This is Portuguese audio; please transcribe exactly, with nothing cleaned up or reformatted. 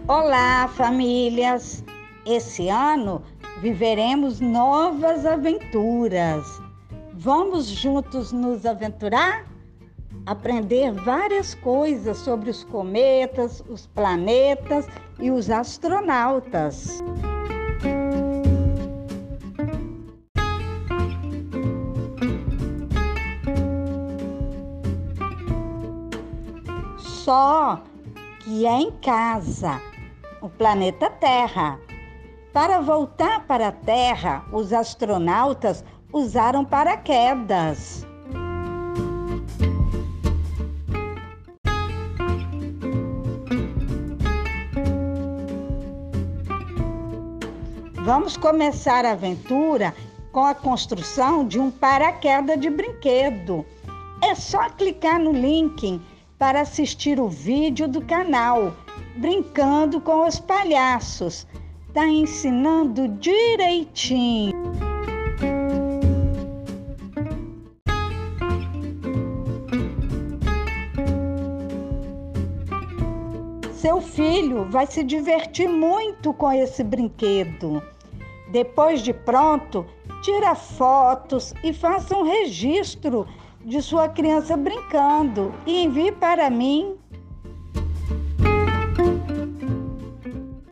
Olá, famílias! Esse ano viveremos novas aventuras. Vamos juntos nos aventurar? Aprender várias coisas sobre os cometas, os planetas e os astronautas. Só que é em casa, o planeta Terra. Para voltar para a Terra, os astronautas usaram paraquedas. Vamos começar a aventura com a construção de um paraquedas de brinquedo. É só clicar no link para assistir o vídeo do canal Brincando com os Palhaços. Tá ensinando direitinho. Seu filho vai se divertir muito com esse brinquedo. Depois de pronto, tira fotos e faça um registro de sua criança brincando e envie para mim.